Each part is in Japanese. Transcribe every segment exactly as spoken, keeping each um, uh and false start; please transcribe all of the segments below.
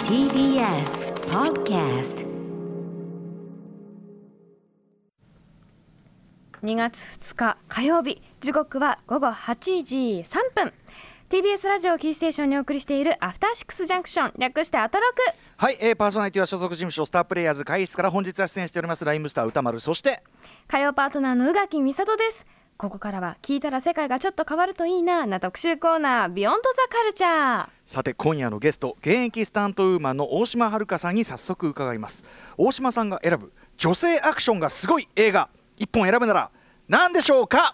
ティービーエス Podcast にがつふつか火曜日、時刻はごごはちじさんぷん。 ティービーエス ラジオキーステーションにお送りしているアフターシックスジャンクション、略してアトロク。 はい、えー、パーソナリティは所属事務所スタープレイヤーズ会議室から本日は出演しておりますライムスター歌丸、そして火曜パートナーの宇垣美里です。ここからは聞いたら世界がちょっと変わるといいなな特集コーナー、ビヨンドザカルチャー。 さて今夜のゲスト、現役スタントウーマンの大島遥さんに早速伺います。大島さんが選ぶ女性アクションがすごい映画いっぽん選ぶなら何でしょうか？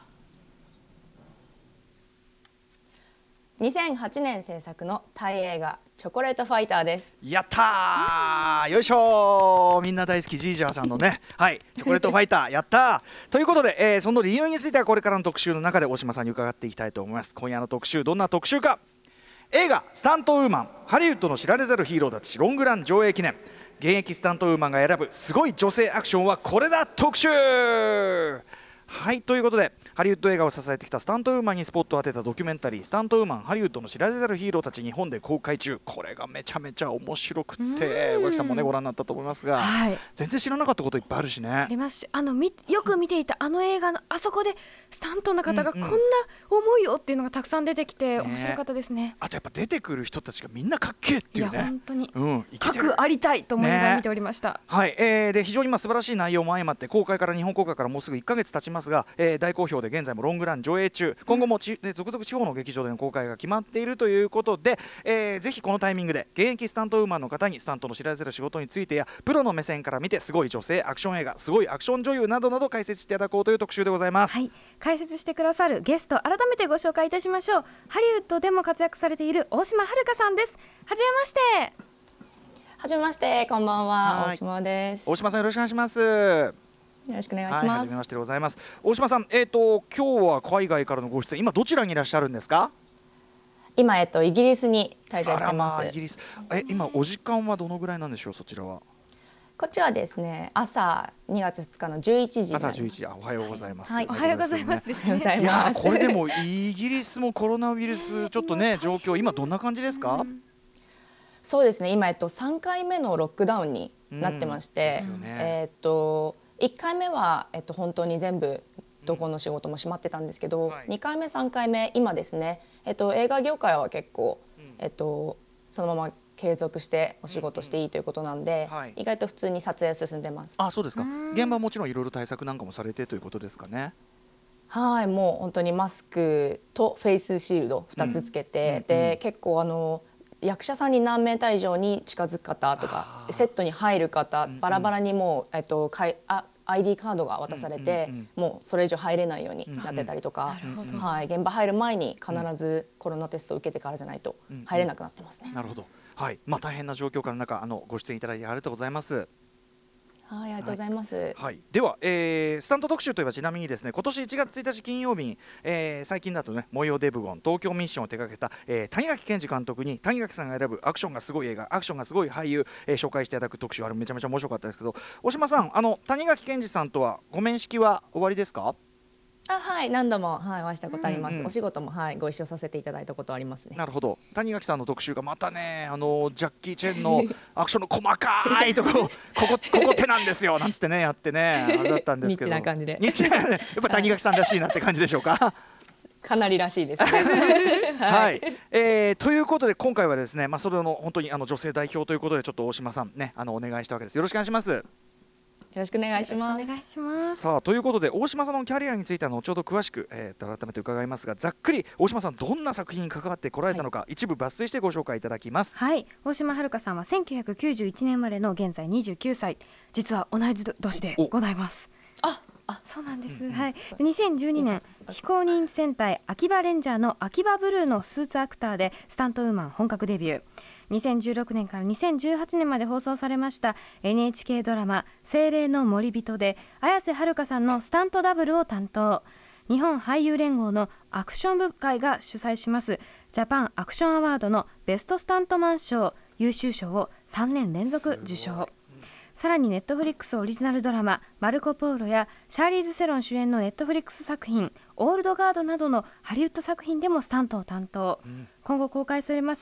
にせんはちねん制作のタイ映画チョコレートファイターです。 やったー、よいしょー、みんな大好きジージャーさんのねはいチョコレートファイターやったーということで、えー、その理由についてはこれからの特集の中で大島さんに伺っていきたいと思います。今夜の特集、どんな特集か。映画スタントウーマン、ハリウッドの知られざるヒーローたちロングラン上映記念、現役スタントウーマンが選ぶすごい女性アクションはこれだ特集。はい、ということでハリウッド映画を支えてきたスタントウーマンにスポットを当てたドキュメンタリー、スタントウーマンハリウッドの知られざるヒーローたち日本で公開中。これがめちゃめちゃ面白くって宇垣さんもねご覧になったと思いますが、はい、全然知らなかったこといっぱいあるしね。 ありますし、あのみよく見ていたあの映画のあそこでスタントの方がこんな思いをっていうのがたくさん出てきて面白かったですね。ね、 あとやっぱ出てくる人たちがみんなかっけえっていうね。 いや本当に、 うん、 核ありたいと思いながら見ておりました、ね。 はい、えー、で非常にまあ素晴らしい内容も相まって公開から日本公開からもうすぐいっかげつ経ちますが、えー、大好評で現在もロングラン上映中、今後もち、うん、続々地方の劇場での公開が決まっているということで、えー、ぜひこのタイミングで現役スタントウーマンの方にスタントの知られざる仕事についてやプロの目線から見てすごい女性アクション映画、すごいアクション女優などなど解説していただこうという特集でございます。 はい、解説してくださるゲスト改めてご紹介いたしましょう。ハリウッドでも活躍されている大島遥さんです。はじめまして。 はじめまして、こんばんは、大島です。 大島さんよろしくお願いします。 よろしくお願いします。 はい、はじめましてでございます。大島さん、えーと、今日は海外からのご出演、今どちらにいらっしゃるんですか？ 今、えっと、イギリスに滞在してます。 あらまあ、イギリス、え今お時間はどのぐらいなんでしょう、そちらは？ こっちはですね、朝にがつふつかのじゅういちじになります。 朝じゅういちじ、おはようございます。 はい、 おはようございます。 いやこれでもイギリスもコロナウイルスちょっとね状況今どんな感じですか？ そうですね、今、えっと、さんかいめのロックダウンになってまして、うんね、えっといっかいめは、えっと、本当に全部どこの仕事も閉まってたんですけど、うんはい、にかいめさんかいめ今ですね、えっと、映画業界は結構、うんえっと、そのまま継続してお仕事していいということなんで、うんうんはい、意外と普通に撮影進んでます。 あ、そうですか。現場はもちろんいろいろ対策なんかもされてということですかね？ はい、もう本当にマスクとフェイスシールドふたつつけて、うん、で、うん、結構あの役者さんに何メーター以上に近づく方とかセットに入る方、バラバラにもう、えっと、かいあアイディー カードが渡されて、うんうんうん、もうそれ以上入れないようになってたりとか、うんうんはい、現場入る前に必ずコロナテストを受けてからじゃないと入れなくなってますね。 うんうん、なるほど、はいまあ、大変な状況から中あのご出演いただいてありがとうございます。 はい、ありがとうございます。はいはい、では、えー、スタント特集といえばちなみにですね、今年いちがつついたち金曜日に、えー、最近だとね、模様デブゴン東京ミッションを手掛けた、えー、谷垣健二監督に谷垣さんが選ぶアクションがすごい映画、アクションがすごい俳優、えー、紹介していただく特集、あれめちゃめちゃ面白かったですけど、大島さん、あの谷垣健二さんとはご面識は終わりですか？ あ、はい、何度も、はい、お会いしたことあります。 うんうん、 お仕事も、はい、ご一緒させていただいたことありますね。 なるほど。谷垣さんの特集がまたね、あのジャッキー・チェンのアクションの細かいところここここ手なんですよなんつってねやってねあれだったんですけど、 ニッチな感じで、 ニッチなやっぱ谷垣さんらしいなって感じでしょうか？ かなりらしいですね。 はい、はいえー、ということで今回はですね、まあ、それの本当にあの女性代表ということでちょっと大島さんねあのお願いしたわけです。よろしくお願いします。 よろしくお願いします。 お願いします。 さあということで大島さんのキャリアについては後ほど詳しく、えー、改めて伺いますが、ざっくり大島さんどんな作品に関わってこられたのか、はい、一部抜粋してご紹介いただきます。 はい、大島遥さんはせんきゅうひゃくきゅうじゅういちねん生まれの現在にじゅうきゅうさい、実は同じ年でございます。 ああそうなんです、うんうんはい、にせんじゅうにねん非公認戦隊秋葉レンジャーの秋葉ブルーのスーツアクターでスタントウーマン本格デビュー。にせんじゅうろくねんからにせんじゅうはちねんまで放送されました エヌエイチケー ドラマ精霊の守人で綾瀬はるかさんのスタントダブルを担当。日本俳優連合のアクション部会が主催しますジャパンアクションアワードのベストスタントマン賞優秀賞をさんねん連続受賞。さらにネットフリックスオリジナルドラママルコポーロやシャーリーズ・セロン主演のネットフリックス作品オールドガードなどのハリウッド作品でもスタントを担当、うん、今後公開されます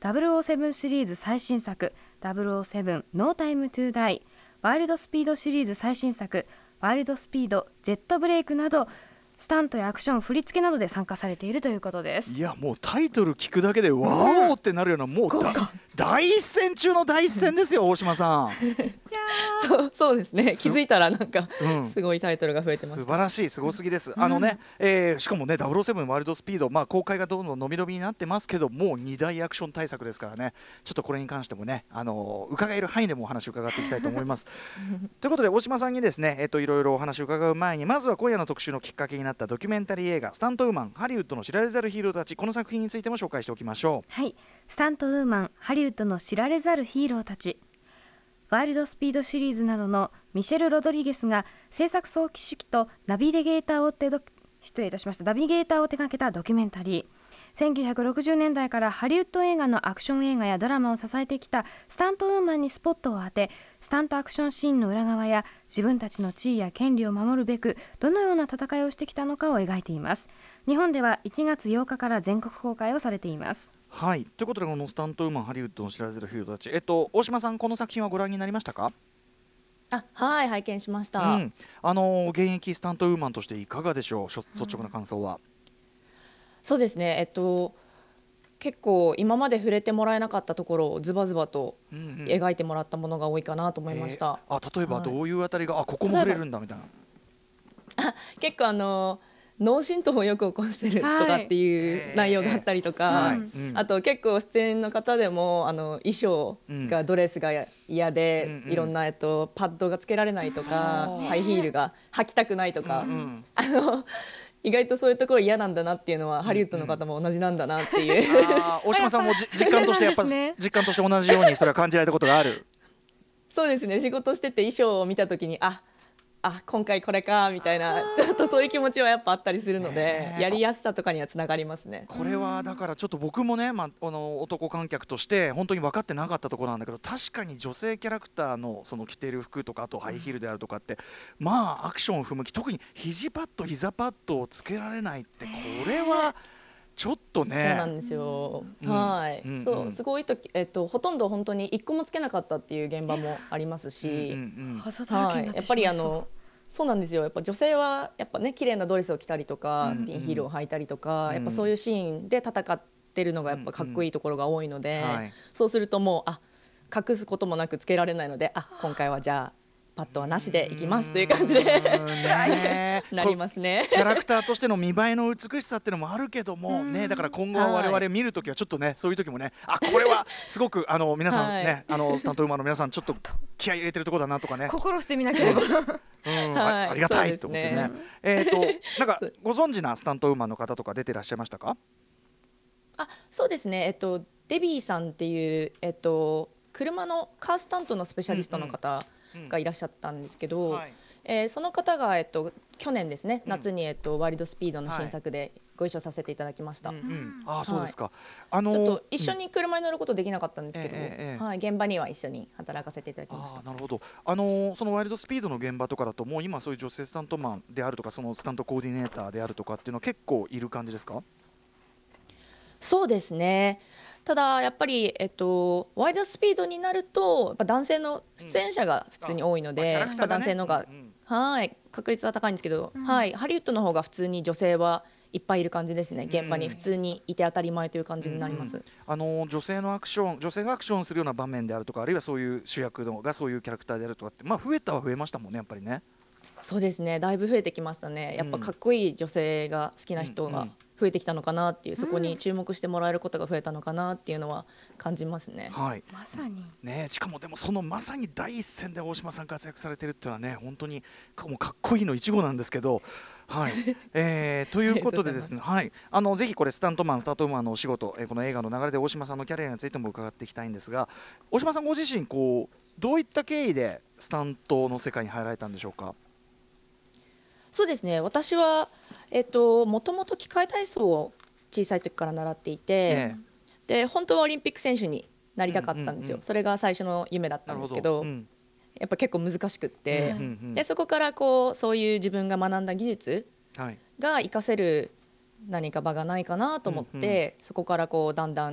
ダブルオーセブンシリーズ最新作ダブルオーセブン No Time to Die、 ワイルドスピードシリーズ最新作ワイルドスピードジェットブレイクなどスタントやアクション振り付けなどで参加されているということです。 いやもうタイトル聞くだけでワオってなるような、もうだ大一戦中の大一戦ですよ大島さんそうそうですね、気づいたらなんか、 うん、 すごいタイトルが増えてました。 素晴らしい、すごすぎです、うん、あのね、えー、しかもねダブルオーセブンワイルドスピード、まあ、公開がどんどん伸び伸びになってますけどもうに大アクション大作ですからね、ちょっとこれに関してもね、あのー、伺える範囲でもお話を伺っていきたいと思いますということで大島さんにですね、えっと、いろいろお話を伺う前にまずは今夜の特集のきっかけになったドキュメンタリー映画スタントウーマンハリウッドの知られざるヒーローたち、この作品についても紹介しておきましょう。 はい、スタントウーマンハリウッドの知られざるヒーローたち、ワイルドスピードシリーズなどのミシェル・ロドリゲスが制作総指揮とナビゲーターを手ど失礼いたしましたナビゲーターを手掛けたドキュメンタリー。せんきゅうひゃくろくじゅうねんだいからハリウッド映画のアクション映画やドラマを支えてきたスタントウーマンにスポットを当て、スタントアクションシーンの裏側や自分たちの地位や権利を守るべくどのような戦いをしてきたのかを描いています。日本ではいちがつようかから全国公開をされています。 はい、ということでこのスタントウーマンハリウッドの知られざるヒーローたち、えっと、大島さんこの作品はご覧になりましたか？ あ、はい、拝見しました、 うん、あの現役スタントウーマンとしていかがでしょう、率直な感想は。うん、 そうですね、えっと結構今まで触れてもらえなかったところをズバズバと描いてもらったものが多いかなと思いました、 うんうん、えー、あ例えばどういうあたりが、はい、あここも触れるんだみたいな。 あ結構あの脳震盪をよく起こしてるとかっていう内容があったりとか、はい、あと結構出演の方でもあの衣装がドレスが嫌で、うん、いろんな、えっと、パッドがつけられないとか、うん、ハイヒールが履きたくないとか、うんうん、あの意外とそういうところ嫌なんだなっていうのは、うん、ハリウッドの方も同じなんだなっていう、 うん、あ大島さんも実感としてやっぱ、ね、実感として同じようにそれは感じられたことがある。 そうですね、仕事してて衣装を見たときにああ今回これかみたいなちょっとそういう気持ちはやっぱあったりするので、やりやすさとかにはつながりますね。 これはだからちょっと僕もね、まあ、あの男観客として本当に分かってなかったところなんだけど、確かに女性キャラクターのその着ている服とかあとハイヒールであるとかって、まあアクションを踏む気、特に肘パッド膝パッドをつけられないってこれはちょっとね。 そうなんですよ、うん、はい、うんうん、そうすごい時、えっと、ほとんど本当にいっこもつけなかったっていう現場もありますし、うんうんうん、はい、やっぱりあのそうなんですよ、やっぱ女性はやっぱね綺麗なドレスを着たりとか、うんうん、ピンヒールを履いたりとか、うん、やっぱそういうシーンで戦ってるのがやっぱかっこいいところが多いので、うんうんはい、そうするともうあ隠すこともなくつけられないので、あ今回はじゃあパッドはなしでいきますという感じでねなりますね。 キャラクターとしての見栄えの美しさっていうのもあるけどもね、だから今後は我々見るときはちょっとね、そういう時もね、あこれはすごくあの皆さんね、はい、あのスタントウーマンの皆さんちょっと気合い入れてるところだなとかね、 心してみなければうん、 はい、ありがたいと思ってね。えっとなんかご存知なスタントウーマンの方とか出てらっしゃいましたか？ あそうですね、えっとデビーさんっていうえっと車のカースタントのスペシャリストの方、うんうんがいらっしゃったんですけど、うんはいえー、その方が、えっと、去年ですね、うん、夏に、えっと、ワイルドスピードの新作でご一緒させていただきました、はいうんうん、 あそうですか、はいあのー、ちょっと一緒に車に乗ることできなかったんですけど、うんえーはい、現場には一緒に働かせていただきました。 あなるほど、あのー、そのワイルドスピードの現場とかだともう今そういう女性スタントマンであるとかそのスタントコーディネーターであるとかっていうのは結構いる感じですか？ そうですね、ただやっぱり、えっと、ワイルドスピードになるとやっぱ男性の出演者が普通に多いので、うんやっぱ男性の方が、うんうん、はい確率は高いんですけど、うんはい、ハリウッドの方が普通に女性はいっぱいいる感じですね。現場に普通にいて当たり前という感じになります、うんうん、 あの女性のアクション女性がアクションするような場面であるとかあるいはそういう主役のがそういうキャラクターであるとかって、まあ、増えたは増えましたもんねやっぱりね。 そうですね、だいぶ増えてきましたね。やっぱかっこいい女性が好きな人が増えてきたのかなっていう、そこに注目してもらえることが増えたのかなっていうのは感じますね、 はい、 まさにね、しかもでもそのまさに第一線で大島さん活躍されてるっていうのはね本当にもうかっこいいの一号なんですけど、はいえー、ということでですねはい、あのぜひこれスタントマンスタントウーマンのお仕事、えー、この映画の流れで大島さんのキャリアについても伺っていきたいんですが、大島さんご自身こうどういった経緯でスタントの世界に入られたんでしょうか？ そうですね、私は、えっと、もともと器械体操を小さい時から習っていて、ええ、で本当はオリンピック選手になりたかったんですよ、うんうんうん、それが最初の夢だったんですけど、うん、やっぱ結構難しくって、うんうんうん、でそこからこうそういう自分が学んだ技術が活かせる何か場がないかなと思って、うんうん、そこからこうだんだん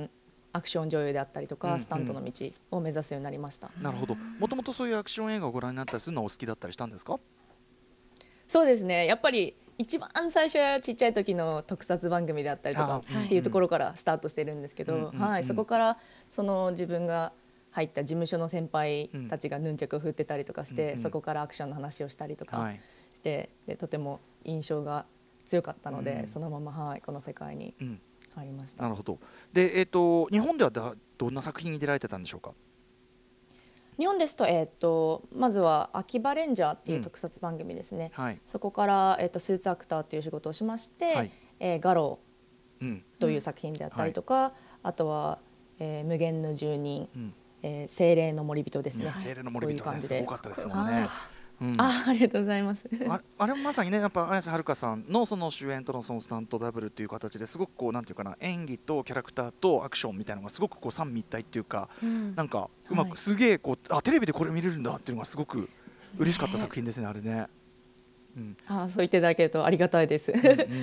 アクション女優であったりとか、 うん、 スタントの道を目指すようになりました。 なるほど。もともとそういうアクション映画をご覧になったりするのはお好きだったりしたんですか？ そうですね、やっぱり一番最初はちっちゃい時の特撮番組であったりとかっていうところからスタートしてるんですけど、はい、そこからその自分が入った事務所の先輩たちがヌンチャクを振ってたりとかして、うん、そこからアクションの話をしたりとかして、はい、でとても印象が強かったので、うん、そのまま、はい、この世界に入りました。 なるほど。で、えーと、日本ではだどんな作品に出られてたんでしょうか？ 日本ですと、えー、とまずは秋葉レンジャーっていう特撮番組ですね、うん、はい、そこから、えー、とスーツアクターという仕事をしまして、はい、えー、ガローという作品であったりとか、うん、はい、あとは、えー、無限の住人、うん、えー、精霊の森人ですね、 精霊の森人ね、すごかったですもんね。 うん、あ, ありがとうございます。 あ, あれもまさにね、やっぱ綾瀬はるかさんのその主演とのそのスタントダブルっていう形ですごくこうなんていうかな、演技とキャラクターとアクションみたいなのがすごくこう三位一体っていうか、うん、なんかうまくすげえこう、はい、あテレビでこれ見れるんだっていうのがすごく嬉しかった作品ですね、あれね。うん、 あそう言っていただけるとありがたいです。うん、うん、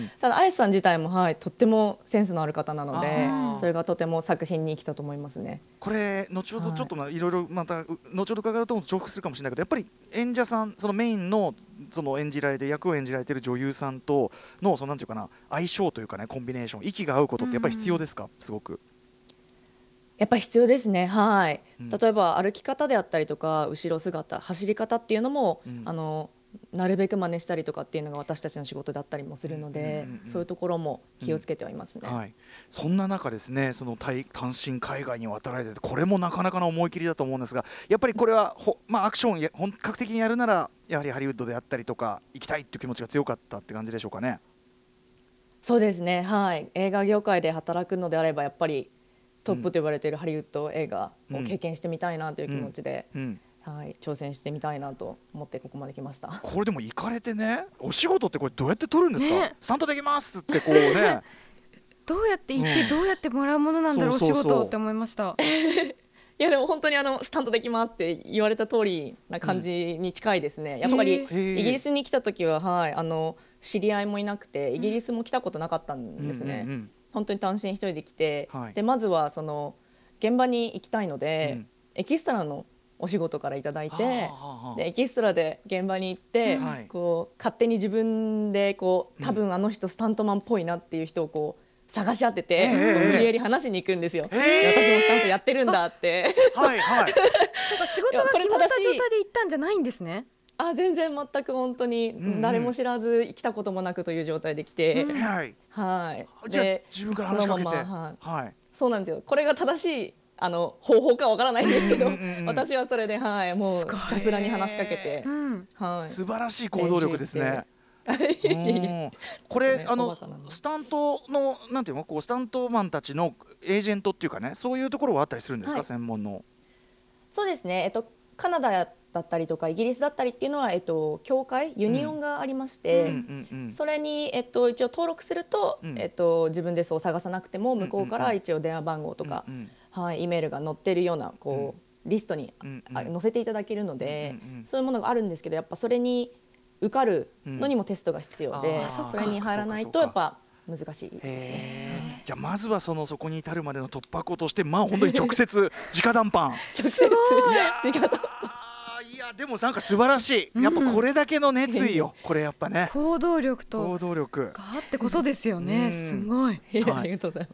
ただ綾瀬さん自体も、はい、とってもセンスのある方なので、それがとても作品に生きたと思いますね。 これ後ほどちょっと、はい、いろいろまた後ほど伺うと重複するかもしれないけど、やっぱり演者さん、そのメインのその演じられて役を演じられている女優さんとのそのなんていうかな、相性というかね、コンビネーション、息が合うことってやっぱり必要ですか？すごくやっぱり必要ですね。はい、うん、例えば歩き方であったりとか後ろ姿、走り方っていうのも、うん、あのなるべく真似したりとかっていうのが私たちの仕事だったりもするので、うんうんうん、そういうところも気をつけてはいますね。 うん、はい、そんな中ですね、その単身海外に渡られて、これもなかなかの思い切りだと思うんですが、やっぱりこれはほ、まあ、アクションや本格的にやるならやはりハリウッドであったりとか行きたいっていう気持ちが強かったって感じでしょうかね。 そうですね、はい、映画業界で働くのであればやっぱりトップと呼ばれているハリウッド映画を経験してみたいなという気持ちで、うんうんうん、はい、挑戦してみたいなと思ってここまで来ました。 これでも行かれてね、お仕事ってこれどうやって取るんですか？ね、スタントできますってこうねどうやって行ってどうやってもらうものなんだろう、うん、お仕事って思いました。 いやでも本当にあのスタントできますって言われた通りな感じに近いですね、うん、やっぱりイギリスに来た時は、はい、あの知り合いもいなくてイギリスも来たことなかったんですね、うんうんうん、本当に単身一人で来て、はい、でまずはその現場に行きたいので、うん、エキストラのお仕事からいただいて、はあはあ、でエキストラで現場に行って、うん、こう勝手に自分でこう多分あの人スタントマンっぽいなっていう人をこう探し当てて、えー、無理やり話しに行くんですよ、えー、私もスタントやってるんだってはいはいそうか、仕事が決まった状態で行ったんじゃないんですね。 あ全然全く本当に誰も知らず来たこともなくという状態で来て、うん、はいじゃあ自分から話しかけて、そのまま、 はいはい、そうなんですよ。これが正しいあの方法かわからないんですけど私はそれで、はい、もうひたすらに話しかけて、 はい、素晴らしい行動力ですね。これあのスタントのなんていうのこうスタントマンたちのエージェントっていうかね、そういうところはあったりするんですか、はい、専門の。 そうですね、えっと、カナダだったりとかイギリスだったりっていうのは、えっと、協会ユニオンがありまして、うんうんうんうん、それに、えっと、一応登録すると、うんえっと、自分でそう探さなくても向こうから一応電話番号とか、うんうんうん、はい、イメールが載ってるようなこう、うん、リストに、うんうん、載せていただけるので、うんうん、そういうものがあるんですけど、やっぱそれに受かるのにもテストが必要で、うん、それに入らないとやっぱ難しいですね。 じゃあまずはそのそこに至るまでの突破口として、まあ本当に直接直談判直接直談判いやでもなんか素晴らしい、やっぱこれだけの熱意よ、うん、これやっぱね行動力と行動力があってこそですよね、すごい、 はい、ありがとうございます。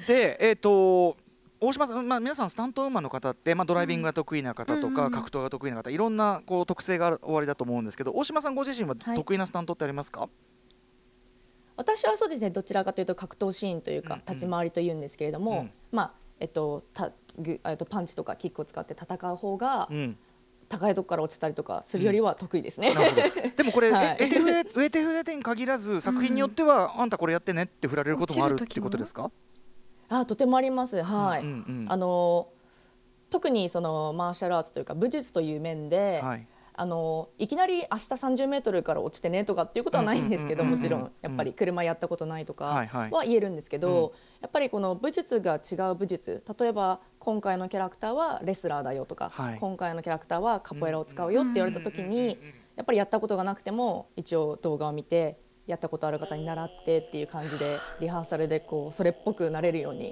でえっ、ー、と大島さん、まあ、皆さんスタントウーマンの方って、まあ、ドライビングが得意な方とか、うん、格闘が得意な方、いろんなこう特性がおありだと思うんですけど、大島さんご自身は得意なスタントってありますか？はい、 私はそうですね、どちらかというと格闘シーンというか、うんうん、立ち回りというんですけれども、うん、まあえっと、たぐえっとパンチとかキックを使って戦う方が、うん、高いところから落ちたりとかするよりは得意ですね、うん、なるほど。 でもこれ、はい、エテフエ上手筆に限らず作品によっては、うん、あんたこれやってねって振られることもあるっていうことですか？ あとてもあります、はい、うんうんうん、あの特にそのマーシャルアーツというか武術という面で、はい、あのいきなり明日さんじゅうメートルから落ちてねとかっていうことはないんですけど、もちろんやっぱり車やったことないとかは言えるんですけど、はいはい、やっぱりこの武術が違う武術、例えば今回のキャラクターはレスラーだよとか、はい、今回のキャラクターはカポエラを使うよって言われた時に、やっぱりやったことがなくても一応動画を見てやったことある方に習ってっていう感じでリハーサルでこうそれっぽくなれるように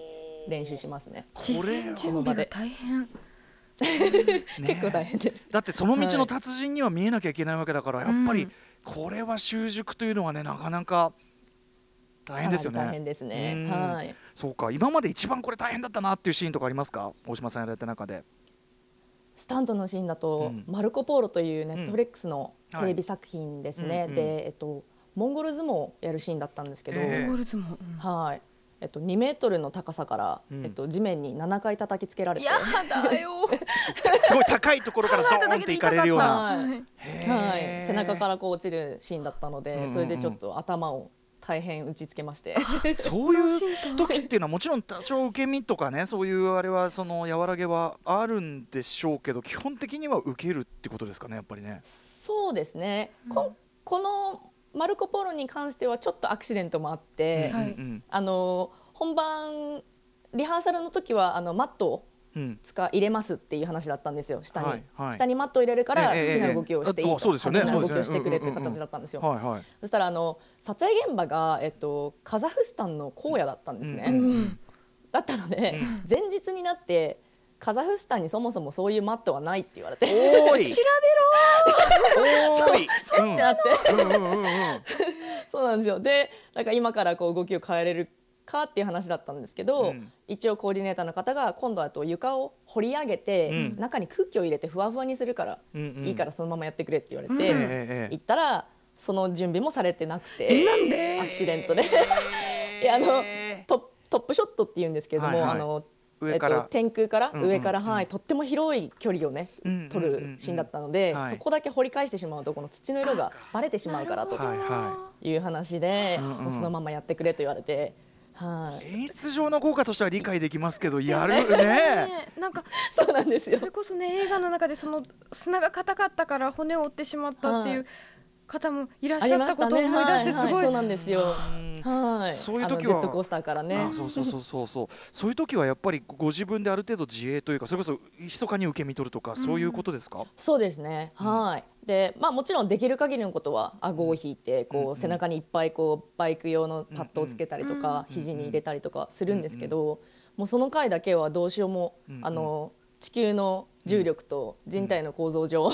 練習しますね。 実践準備が大変、 ね、 結構大変です。 だってその道の達人には見えなきゃいけないわけだから、 はい、 やっぱりこれは習熟というのはねなかなか大変ですよね。 大変ですね。はい。 そうか、今まで一番これ大変だったなっていうシーンとかありますか、大島さんやられた中で。 スタントのシーンだと、うん、マルコ・ポーロというネットフレックスのテレビ作品ですね、はい、で、えっと、モンゴル相撲をやるシーンだったんですけど、 モンゴル相撲、 うん、はい、えっと、にメートルの高さから、うん、えっと、地面にななかい叩きつけられて、 やだよすごい高いところからドーンっていかれるような、 はいはい、背中からこう落ちるシーンだったので、うんうんうん、それでちょっと頭を大変打ちつけましてそういう時っていうのはもちろん多少受け身とかね、そういうあれはその和らげはあるんでしょうけど、基本的には受けるってことですかね、やっぱりね。 そうですね、うん、こ, このマルコ・ポーロに関してはちょっとアクシデントもあって、うんうんうん、あの本番リハーサルの時はあのマットを使入れますっていう話だったんですよ、下に、はいはい、下にマットを入れるから好きな動きをしていいと、好きな動きをしてくれという形だったんですよ。そしたらあの撮影現場が、えっと、カザフスタンの荒野だったんですね、うんうん、だったので、うん、前日になってカザフスタンにそもそもそういうマットはないって言われておい調べろーおいそうってなってそうなんですよ。でなんか今からこう動きを変えれるかっていう話だったんですけど、うん、一応コーディネーターの方が今度はと床を掘り上げて、うん、中に空気を入れてふわふわにするから、うんうん、いいからそのままやってくれって言われて、うん、行ったらその準備もされてなくて、 なんでアクシデントでいやあの ト, トップショットっていうんですけれども、はいはい、あのえっと、天空から上から、うんうんうん、はい、とっても広い距離をね、うんうんうんうん、撮るシーンだったので、はい、そこだけ掘り返してしまうとこの土の色がバレてしまうからという話で、もうそのままやってくれと言われて、はい、 演出上の効果としては理解できますけど、やるねなんかそうなんですよ。 それこそね、映画の中でその砂が硬かったから骨を折ってしまったっていう、はい方もいらっしゃったことを思い出して、すごい、 はいはい、そうなんですよ。はい、 そういう時はジェットコースターからね。 あ、そうそうそうそうそうそういう時はやっぱりご自分である程度自衛というか、それこそ密かに受け身取るとか、うん、そういうことですか。 そうですね、はい、うん、で、まあ、もちろんできる限りのことは顎を引いてこう、うん、背中にいっぱいこうバイク用のパッドをつけたりとか、うん、肘に入れたりとかするんですけど、うん、もうその回だけはどうしようも、うん、あの地球の重力と人体の構造上、うん、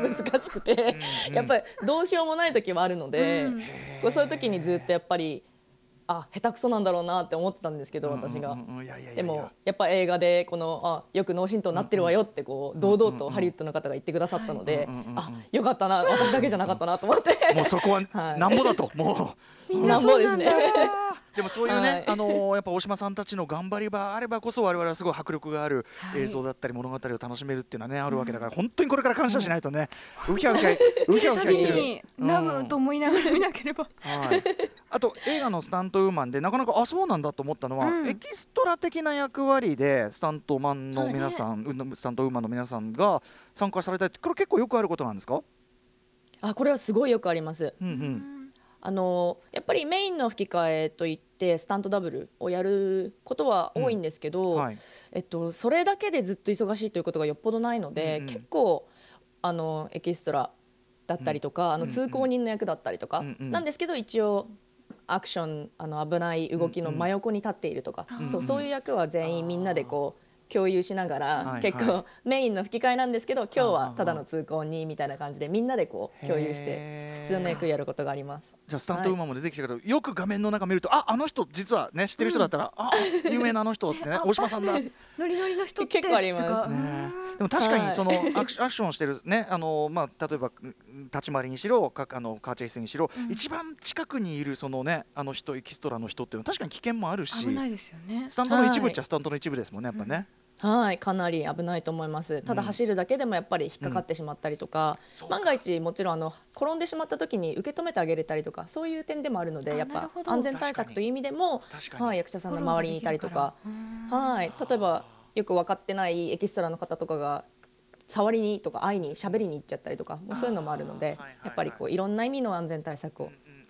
難しくて、うん、やっぱりどうしようもない時もあるので、うん、こうそういう時にずっとやっぱりあ下手くそなんだろうなって思ってたんですけど、私がでもやっぱ映画でこのあよく脳震盪になってるわよってこう堂々とハリウッドの方が言ってくださったので、あよかったな、私だけじゃなかったなと思ってもうそこはなんぼだと、はい、もうみんなそうなんだでもそういうね、はい、あのー、やっぱ大島さんたちの頑張りがあればこそ我々はすごい迫力がある映像だったり物語を楽しめるっていうのはね、あるわけだから、本当にこれから感謝しないとね、うひゃうひゃうひゃうひゃ言ってるナムと思いながら見なければ、 はい、あと映画のスタントウーマンでなかなかあそうなんだと思ったのは、うん、エキストラ的な役割でスタントマンの皆さん、はいね、スタントウーマンの皆さんが参加されたって、これ結構よくあることなんですか。 あこれはすごいよくあります、 うんうんあのやっぱりメインの吹き替えといってスタントダブルをやることは多いんですけど、うんはい、えっと、それだけでずっと忙しいということがよっぽどないので、うんうん、結構あのエキストラだったりとか、うん、あの通行人の役だったりとか、うんうん、なんですけど一応アクションあの危ない動きの真横に立っているとか、うんうん、そう、そういう役は全員みんなでこう共有しながら、はいはい、結構メインの吹き替えなんですけど今日はただの通行人みたいな感じでみんなでこう共有して普通の役やることがあります。 じゃあスタントウーマンも出てきたけど、はい、よく画面の中見るとああの人実はね知ってる人だったら、うん、あ有名なあの人ってね大島さんだノリノリの人って結構ありますね。でも確かにそのアクションしてるね、あのまあ例えば立ち回りにしろかあのカーチェイスにしろ、うん、一番近くにいるそのねあの人エキストラの人っていうのは確かに危険もあるし、 危ないですよね。 スタントの一部っちゃスタントの一部ですもんね、やっぱね。 うん、はいかなり危ないと思います。ただ走るだけでもやっぱり引っかかってしまったりとか、うん、万が一もちろんあの転んでしまった時に受け止めてあげれたりとかそういう点でもあるので、やっぱ安全対策という意味でも、はい、役者さんの周りにいたりとか、はい、例えばよく分かってないエキストラの方とかが触りにとか会いに喋りに行っちゃったりとかもうそういうのもあるので、やっぱりこういろんな意味の安全対策を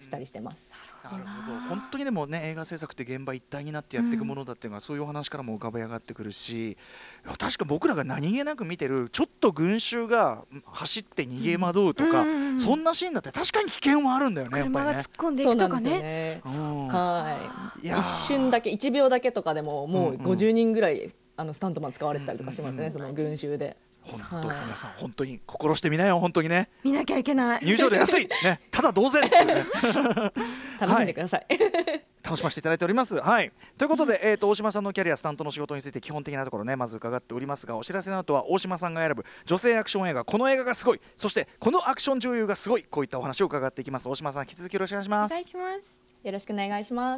したりしてます。 なるほど。本当にでもね、映画制作って現場一体になってやっていくものだっていうのは、そういうお話からも浮かび上がってくるし、いや確か僕らが何気なく見てるちょっと群衆が走って逃げ惑うとか、 うんうんうん、 そんなシーンだって確かに危険はあるんだよね、やっぱりね。 車が突っ込んでいくとかね。 ね、 うん、 はいいや一瞬だけいちびょうだけとかでももうごじゅうにんぐらい、あのスタントマン使われてたりとかしますね、 うんその群衆で。 本当、皆さん本当に心してみなよ、本当にね。 見なきゃいけない。 入場料安いね、ただ同然っていうね楽しんでください、はい楽しませていただいております。はい、ということで、えー、と大島さんのキャリアスタントの仕事について基本的なところねまず伺っておりますが、お知らせの後は大島さんが選ぶ女性アクション映画、この映画がすごい、そしてこのアクション女優がすごい、こういったお話を伺っていきます。大島さん、引き続きよろしくお願いします。 お願いします。 よろしくお願いします。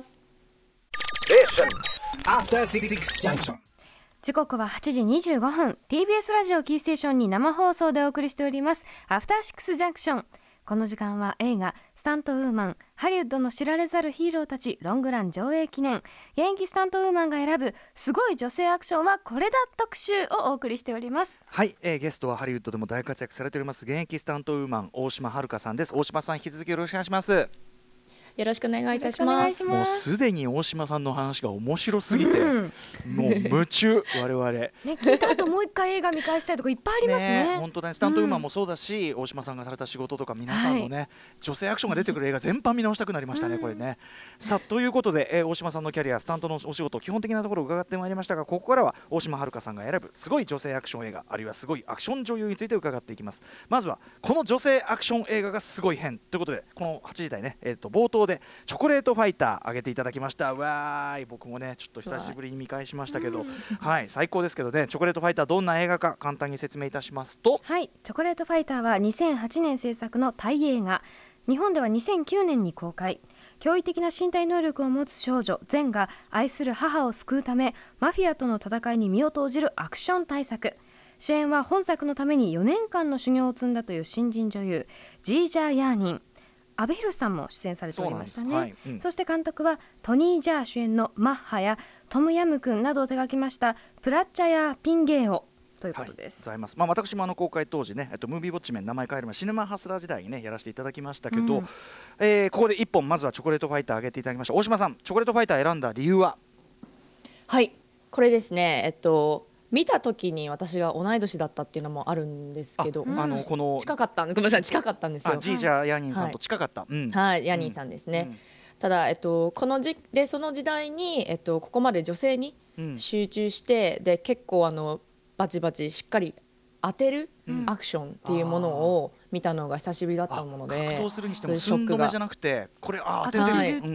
時刻ははちじにじゅうごふん、 ティービーエス ラジオキーステーションに生放送でお送りしておりますアフターシックスジャンクション。この時間は映画スタントウーマン、ハリウッドの知られざるヒーローたちロングラン上映記念、現役スタントウーマンが選ぶすごい女性アクションはこれだ特集をお送りしております。 はい、えー、ゲストはハリウッドでも大活躍されております現役スタントウーマン大島遥さんです。大島さん、引き続きよろしくお願いします。 よろしくお願いいたします。 もうすでに大島さんの話が面白すぎて、うん、もう夢中我々ね、 聞いた後もう一回映画見返したいとかいっぱいありますね。 ね、本当だね。スタントウーマンもそうだし、うん、大島さんがされた仕事とか皆さんのね、はい、女性アクションが出てくる映画全般見直したくなりましたね、うん、これね。さあということで、えー、大島さんのキャリアスタントのお仕事基本的なところを伺ってまいりましたが、ここからは大島遥さんが選ぶすごい女性アクション映画、あるいはすごいアクション女優について伺っていきます。まずはこの女性アクション映画がすごい編ということで、このはちじ台ね、えー、と冒頭でチョコレートファイター上げていただきました。わーい、僕もねちょっと久しぶりに見返しましたけど、はい、最高ですけどね。チョコレートファイターどんな映画か簡単に説明いたしますと、 はい、チョコレートファイターはにせんはちねん制作のタイ映画、日本ではにせんきゅうねんに公開。驚異的な身体能力を持つ少女ゼンが愛する母を救うためマフィアとの戦いに身を投じるアクション大作。主演は本作のためによねんかんの修行を積んだという新人女優ジージャー・ヤーニン。阿部寛さんも出演されておりましたね。 そ,、はいうん、そして監督はトニー・ジャー主演のマッハやトムヤムクンなどを手掛けましたプラッチャヤー・ピンゲーオということです。 はい、ございます。まあ、私もあの公開当時ね、えっと、ムービーウォッチメン名前変える前シネマハスラー時代にねやらせていただきましたけど、うん、えー、ここでいっぽんまずはチョコレートファイター上げていただきました。大島さん、チョコレートファイター選んだ理由は？ はい、これですね、えっと見た時に私が同い年だったっていうのもあるんですけど、 あ、あのこの近かったごめんなさい近かったんですよ。 ジージャー・ヤニンさんと近かった、 はい、うんはい、ヤニンさんですね、うん、ただ、えっと、このじでその時代に、えっと、ここまで女性に集中して、うん、で結構あのバチバチしっかり当てるアクションっていうものを見たのが久しぶりだったもので、 格闘するにしても寸止めじゃなくてこれあ当ててる、はい、うんうんうん、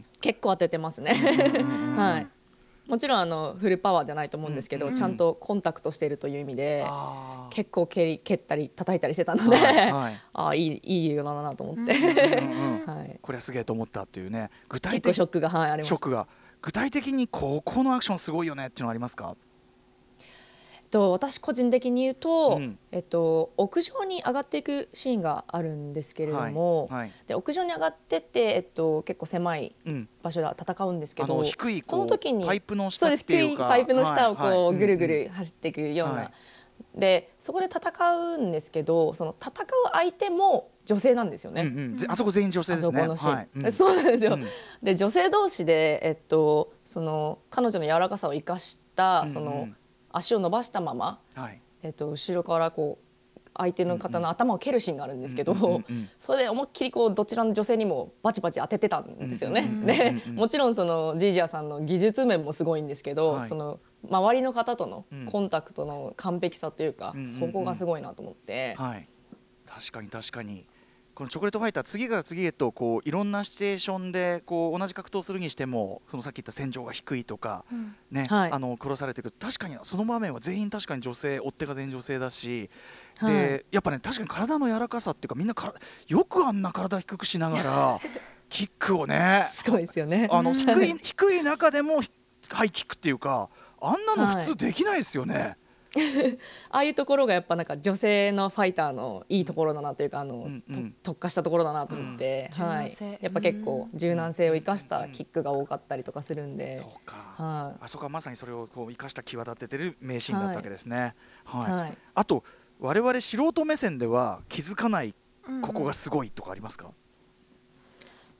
結構当ててますねはい、もちろんあのフルパワーじゃないと思うんですけど、うん、ちゃんとコンタクトしているという意味で、うん、結構蹴り蹴ったり叩いたりしてたので、はいはい、あいいいい映画だなと思って、うんうんはい、 これはすげえと思ったっていうね。具体的結構ショックが、はい、ありました。 ショックが具体的にここのアクションすごいよねっていうのはありますか？ えっと、私個人的に言うと、うんえっと、屋上に上がっていくシーンがあるんですけれども、はいはい、で屋上に上がってって、えっと、結構狭い場所で戦うんですけど、 うん、あの低いこうその時にパイプの下っていうか低いパイプの下をこう、はいはい、ぐるぐる走っていくような、 はい、 でそこで戦うんですけど、その戦う相手も女性なんですよね、 うんうん、あそこ全員女性ですね。 あそこのシーン、 はいうん、 そうなんですよ、 うん、 で女性同士で、えっと、その彼女の柔らかさを生かしたその、うんうん足を伸ばしたまま、はいえっと、後ろからこう相手の方の頭を蹴るシーンがあるんですけど、うんうんうん、それで思いっきりこうどちらの女性にもバチバチ当ててたんですよね、うんうんうんうん、でもちろんそのジージャーさんの技術面もすごいんですけど、はい、その周りの方とのコンタクトの完璧さというか、うん、そこがすごいなと思って、 うんうんうんはい、確かに確かにこのチョコレートファイター次から次へとこういろんなシチュエーションでこう同じ格闘するにしてもそのさっき言った戦場が低いとか、うんねはい、あの殺されていく確かにその場面は全員確かに女性追っ手が全員女性だし、はい、でやっぱね確かに体の柔らかさっていうかみんなからよくあんな体低くしながらキックをねすごいですよねあの低い、低い中でもハイキックっていうかあんなの普通できないですよね、はいああいうところがやっぱなんか女性のファイターのいいところだなというかあの、 うんうん、 特化したところだなと思って、うんはい、やっぱ結構柔軟性を生かしたキックが多かったりとかするんで、 うん、そうか、はい、あそこはまさにそれをこう生かした際立ててる名シーンだったわけですね、はいはいはい、あと我々素人目線では気づかないここがすごいとかありますか？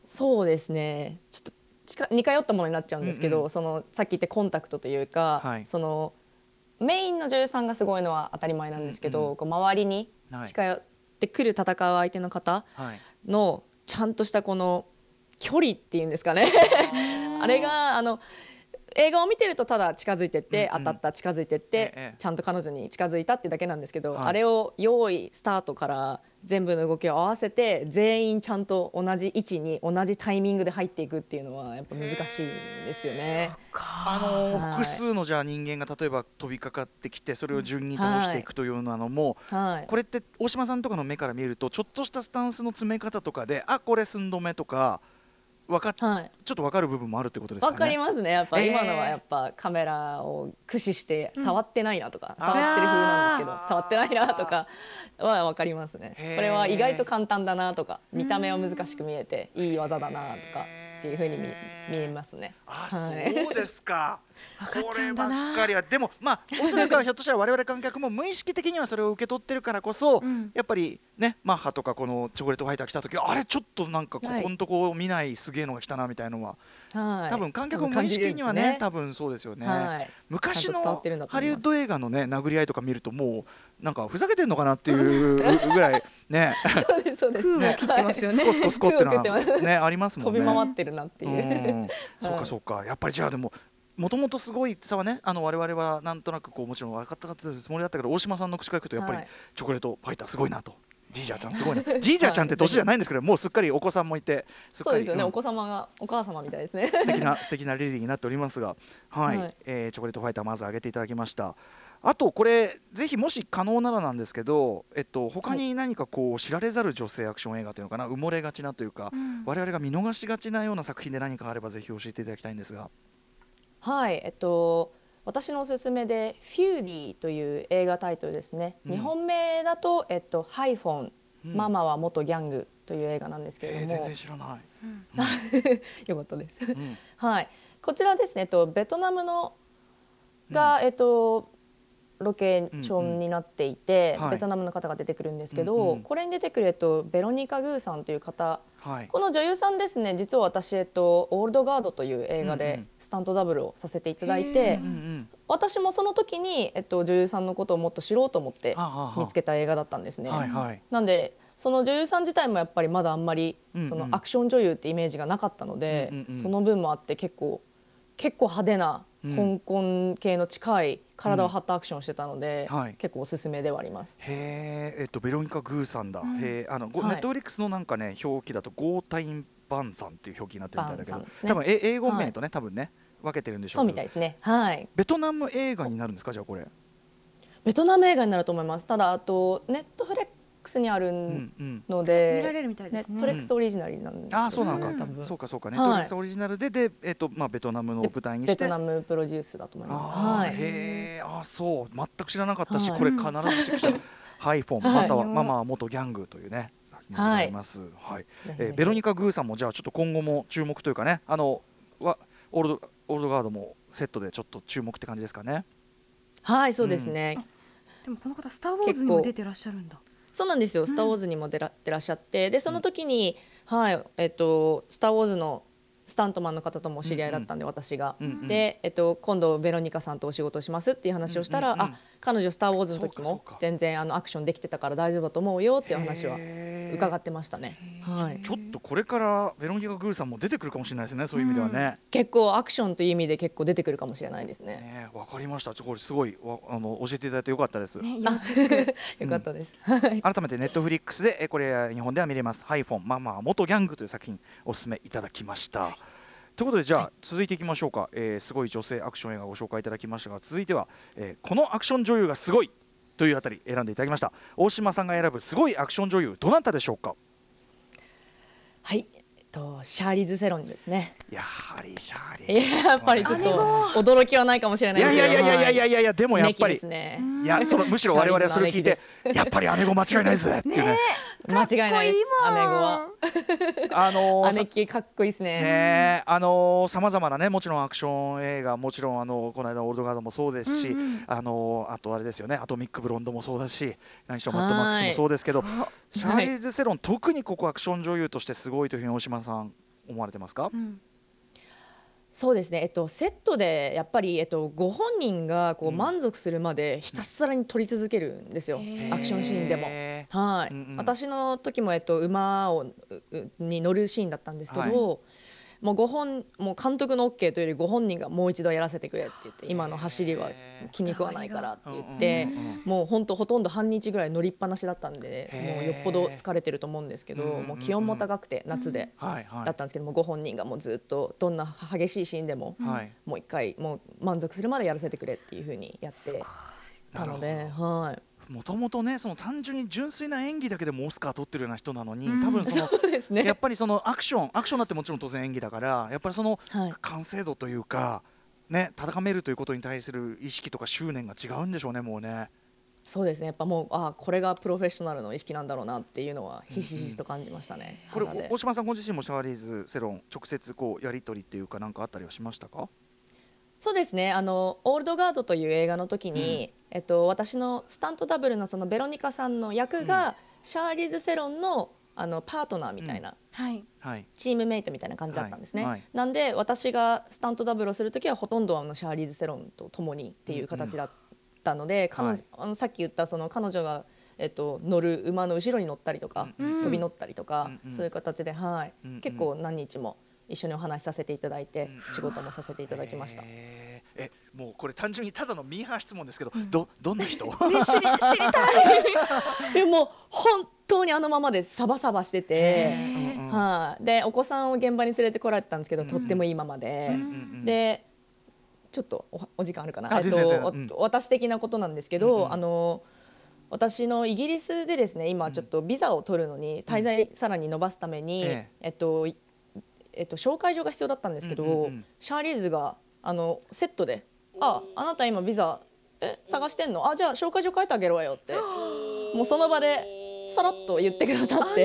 そうですね、ちょっと近似通ったものになっちゃうんですけど、 うんうん、 そのさっき言ってコンタクトというか、 はい、 そのメインの女優さんがすごいのは当たり前なんですけど、うんうん、こう周りに近寄ってくる戦う相手の方のちゃんとしたこの距離っていうんですかねあれがあの映画を見てるとただ近づいてって、うんうん、当たった近づいてって、ええ、ちゃんと彼女に近づいたってだけなんですけど、はい、あれを用意スタートから全部の動きを合わせて全員ちゃんと同じ位置に同じタイミングで入っていくっていうのはやっぱ難しいんですよね。 あの、はい、複数のじゃあ人間が例えば飛びかかってきてそれを順に倒していくというようなのも、はい、これって大島さんとかの目から見るとちょっとしたスタンスの詰め方とかであこれ寸止めとかわかっはい、ちょっと分かる部分もあるってことですかね。 分かりますね。やっぱ今のはやっぱカメラを駆使して触ってないなとか、うん、触ってる風なんですけど触ってないなとかは分かりますね。これは意外と簡単だなとか見た目は難しく見えていい技だなとかっていう風に 見, 見えますね。 あ、はい、そうですか分かっちゃうんだな。 こればっかりはでもまあおそらくはひょっとしたら我々観客も無意識的にはそれを受け取ってるからこそ、うん、やっぱりねマッハとかこのチョコレートファイター来た時あれちょっとなんかここのとこ見ないすげえのが来たなみたいなのは、はい、多分観客も無意識には ね, ね多分そうですよね、はい、昔のハリウッド映画のね殴り合いとか見るともうなんかふざけてんのかなっていうぐらいねそうですそうです、 ね、切ってますよね。 スコスコスコってのはねありますもんね。 飛び回ってるなっていう、うん、 そうかそうかやっぱりじゃあでももともとすごい差はねあの我々はなんとなくこうもちろん分かったつもりだったけど大島さんの口から聞くとやっぱりチョコレートファイターすごいなと、ジージャーちゃんすごいなジージャーちゃんって年じゃないんですけどもうすっかりお子さんもいてすっかりそうですよね、 うん、 お子様がお母様みたいですね素敵な素敵なリリーになっておりますがはい、はいえー、チョコレートファイターまず挙げていただきました。あとこれぜひもし可能ならなんですけど、えっと、他に何かこう知られざる女性アクション映画というのかな埋もれがちなというか、うん、我々が見逃しがちなような作品で何かあればぜひ教えていただきたいんですが。 はい、えっと私のおすすめでフューリーという映画タイトルですね、うん、日本名だと、えっと、ハイフォン、うん、ママは元ギャングという映画なんですけれども、 えー、全然知らない、うん、 よかったです、うんはい、こちらですね、えっと、ベトナムのが、うんえっと、ロケーションになっていて、うんうんはい、ベトナムの方が出てくるんですけど、うんうん、これに出てくる、えっと、ベロニカ・グーさんという方、はい、この女優さんですね、実は私、えっと、オールドガードという映画でスタントダブルをさせていただいて、うんうん、私もその時に、えっと、女優さんのことをもっと知ろうと思って見つけた映画だったんですね。はいはい、なんでその女優さん自体もやっぱりまだあんまり、うんうん、そのアクション女優ってイメージがなかったので、うんうんうん、その分もあって結構結構派手な香港系の近い体を張ったアクションをしてたので、うんはい、結構おすすめではあります。 へー、えっと、ベロニカ・グーさんだ、うん、へあの、はい、ネットフリックスのなんかね表記だとゴータイン・バンさんっていう表記になってるみたいだけど、ね、多分え英語名とね、はい、多分ね分けてるんでしょうけど、 そうみたいですね、はい、 ベトナム映画になるんですか。じゃあこれベトナム映画になると思います。ただあとネットフレックスにあるので、 うんうん、見られるみたいですね。 ネットフレックスオリジナルなんです、ね、 あそうなのか、多分そうかそうか、ネットフレックスオリジナルで、で、えーとまあ、ベトナムの舞台にしてベトナムプロデュースだと思います。 あ、はい、へー、あそう全く知らなかったし、はい、これ必ずチェックしたハイフォン、またはママは元ギャングというね作品でございます、はいはいえー、ベロニカ・グーさんもじゃあちょっと今後も注目というかね、あのわオールド、オールドガードもセットでちょっと注目って感じですかね。 はい、そうですね、うん、 でもこの方スター・ウォーズにも出てらっしゃるんだ。 そうなんですよ、スター・ウォーズにも出ら、出らっしゃって、でその時に、うんはいえっと、スター・ウォーズのスタントマンの方ともお知り合いだったんで、うんうん、私が、うんうん、で、えっと、今度ベロニカさんとお仕事しますっていう話をしたら、うんうんうん、あ彼女スター・ウォーズの時も全然あのアクションできてたから大丈夫だと思うよっていう話は伺ってましたね、はい、 ちょっとこれからベロニカ・グーさんも出てくるかもしれないですね、そういう意味ではね、 うん、結構アクションという意味で結構出てくるかもしれないですね。 わかりました。これすごいわあの教えていただいてよかったです、ね、 よかったです、うん、 改めてネットフリックスでこれ日本では見れますハイフォンママは元ギャングという作品お勧めいただきました、はい、ということでじゃあ、はい、続いていきましょうか、えー、すごい女性アクション映画をご紹介いただきましたが、続いては、えー、このアクション女優がすごいというあたり選んでいただきました。大島さんが選ぶすごいアクション女優どなたでしょうか。 はい、えっと、シャーリーズ・セロンですね。 やはりシャーリーズ、やっぱりちょっと驚きはないかもしれないですけど、 いやいやいやいやいやいやでもやっぱり、 ね、 いやそのむしろ我々はそれ聞いてやっぱり姉子間違いないですねっていうね間違いないです。姉子はあのー、姉貴かっこいいですね。 ねあのー、様々なねもちろんアクション映画もちろんあのこの間オールドガードもそうですし、うんうん、あのー、あとあれですよねアトミックブロンドもそうだし何しろマッドマックスもそうですけど、シャーリーズ・セロン特にここアクション女優としてすごいというふうに大島さん思われてますか？ うん、 そうですね、えっと、セットでやっぱり、えっと、ご本人がこう満足するまでひたすらに撮り続けるんですよ、 うん、 アクションシーンでも。 へーはい、 うんうん、 私の時も、えっと、馬をうに乗るシーンだったんですけど、 はい、 もうご本もう監督の OK というよりご本人がもう一度やらせてくれって言って、今の走りは気に食わないからって言って、もう本当ほとんど半日ぐらい乗りっぱなしだったんで、もうよっぽど疲れてると思うんですけど、もう気温も高くて夏でだったんですけども、ご本人がもうずっとどんな激しいシーンでももう一回もう満足するまでやらせてくれっていう風にやってたので、はい。 もともとね、その単純に純粋な演技だけでもオスカー取ってるような人なのに、 うん、 多分そのそうですね、 やっぱりそのアクションアクションだってもちろん当然演技だから、やっぱりそのはい、 完成度というかね、戦めるということに対する意識とか執念が違うんでしょうね、もうね。 そうですね、やっぱもうあこれがプロフェッショナルの意識なんだろうなっていうのはひしひしと感じましたね、 これ肌で。 大島さんご自身もシャーリーズ・セロン直接こうやり取りっていうかなんかあったりはしましたか？ そうですね、あのオールドガードという映画の時に、うん、えっと、私のスタントダブルのそのベロニカさんの役が、うん、シャーリーズ・セロン の, あのパートナーみたいな、 うん、 チームメイトみたいな感じだったんですね、 はいはい、 なんで私がスタントダブルをする時はほとんどあのシャーリーズ・セロンと共にっていう形だったので、うんうん、彼女、あのさっき言ったその彼女が、えっと、乗る馬の後ろに乗ったりとか、うん、飛び乗ったりとか、うん、そういう形で、はい、うん、結構何日も一緒にお話しさせていただいて、うん、仕事もさせていただきました。 えー、えもうこれ単純にただのミーハー質問ですけど、うん、ど, どんな人、ね、 知り、知りたいでも本当にあのままでサバサバしてて、はあ、でお子さんを現場に連れてこられたんですけど、うん、とってもいいママで、うん、でちょっと お, お時間あるかな、えっとうん、私的なことなんですけど、うんうん、あの私のイギリスでですね、今ちょっとビザを取るのに滞在さらに伸ばすために、うん、えっとえっと、紹介状が必要だったんですけど、うんうんうん、シャーリーズがあのセットでああなた今ビザえ探してんの、あじゃあ紹介状書いてあげるわよってもうその場でさらっと言ってくださって、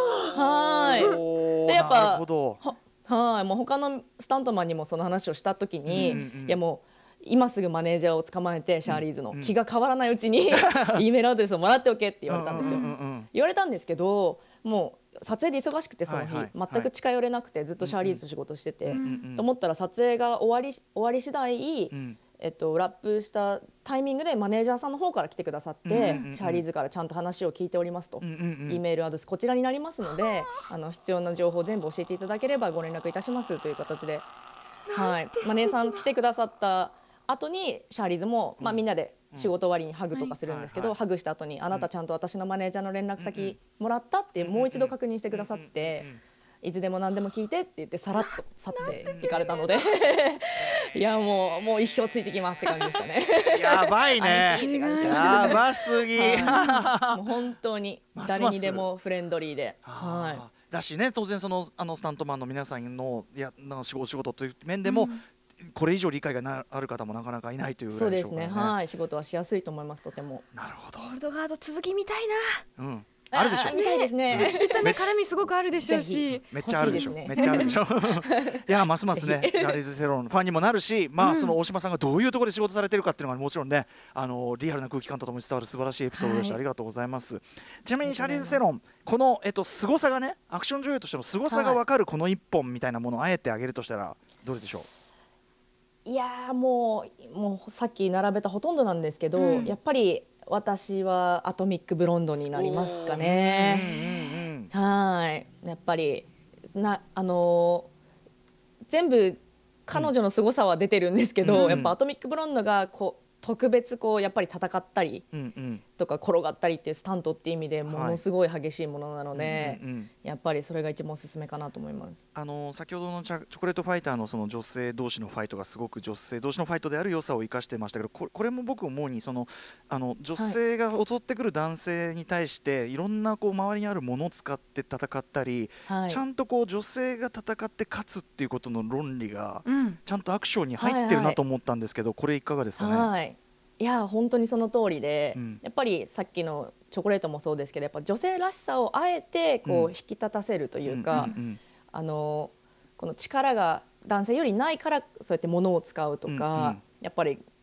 はいでやっぱはいもう他のスタントマンにもその話をした時に、うんうんうん、いやもう今すぐマネージャーを捕まえてシャーリーズの、うんうん、気が変わらないうちに E メールアドレスをもらっておけって言われたんですよ、うんうんうん、言われたんですけど、もう撮影で忙しくてその日、はいはい、全く近寄れなくてずっとシャーリーズと仕事してて、うんうん、と思ったら撮影が終わり、終わり次第、うんえっと、ラップしたタイミングでマネージャーさんの方から来てくださって、うんうんうん、シャーリーズからちゃんと話を聞いておりますと、うんうんうん、E メールアドレスこちらになりますのであの必要な情報を全部教えていただければご連絡いたしますという形で、はい、マネージャーさん来てくださった後にシャーリーズも、まあ、みんなで仕事終わりにハグとかするんですけど、うんはいはい、ハグした後にあなたちゃんと私のマネージャーの連絡先もらったってもう一度確認してくださって、うんうんうん、いつでも何でも聞いてって言ってさらっと去っていかれたのでいやもう、もう一生ついてきますって感じでしたねやばいねやばすぎもう本当に誰にでもフレンドリーで、 はい、だしね当然その、あのスタントマンの皆さんのいやなんか仕事という面でも、うんこれ以上理解がなある方もなかなかいないというぐらいでしょうからね。 そうですね、はい、仕事はしやすいと思います。とても。 なるほど。 オールドガード続き見たいな。 うん。あるでしょう。 見たいですね。 きっとね絡みすごくあるでしょうし、 めっちゃあるでしょう。めっちゃあるでしょう。いやますますね、シャーリーズ・セロンのファンにもなるし、まあその大島さんがどういうところで仕事されてるかっていうのがもちろんね、あのリアルな空気感とともに伝わる素晴らしいエピソードでした。ありがとうございます。ちなみにシャーリーズ・セロンこのえっと凄さがね、アクション女優としての凄さがわかるこの一本みたいなものをあえてあげるとしたらどれでしょう。 いやもう、もうさっき並べたほとんどなんですけど、うん、やっぱり私はアトミックブロンドになりますかね。はいやっぱりなあのー、全部彼女の凄さは出てるんですけど、うん、やっぱアトミックブロンドがこう特別こうやっぱり戦ったりとか転がったりっていうスタントっていう意味でものすごい激しいものなので、はいうんうんうん、やっぱりそれが一番おすすめかなと思います。 あの先ほどのチョコレートファイターのその女性同士のファイトがすごく女性同士のファイトである良さを生かしてましたけど、これ、これも僕思うにそのあの女性が襲ってくる男性に対していろんなこう周りにあるものを使って戦ったり、はい、ちゃんとこう女性が戦って勝つっていうことの論理がちゃんとアクションに入ってるなと思ったんですけど、はいはい、これいかがですかね。 はいいや本当にその通りで、うん、やっぱりさっきのチョコレートもそうですけどやっぱ女性らしさをあえてこう引き立たせるというか、うんうんうんうん、あのこの力が男性よりないからそうやって物を使うとか、うんうん、やっぱり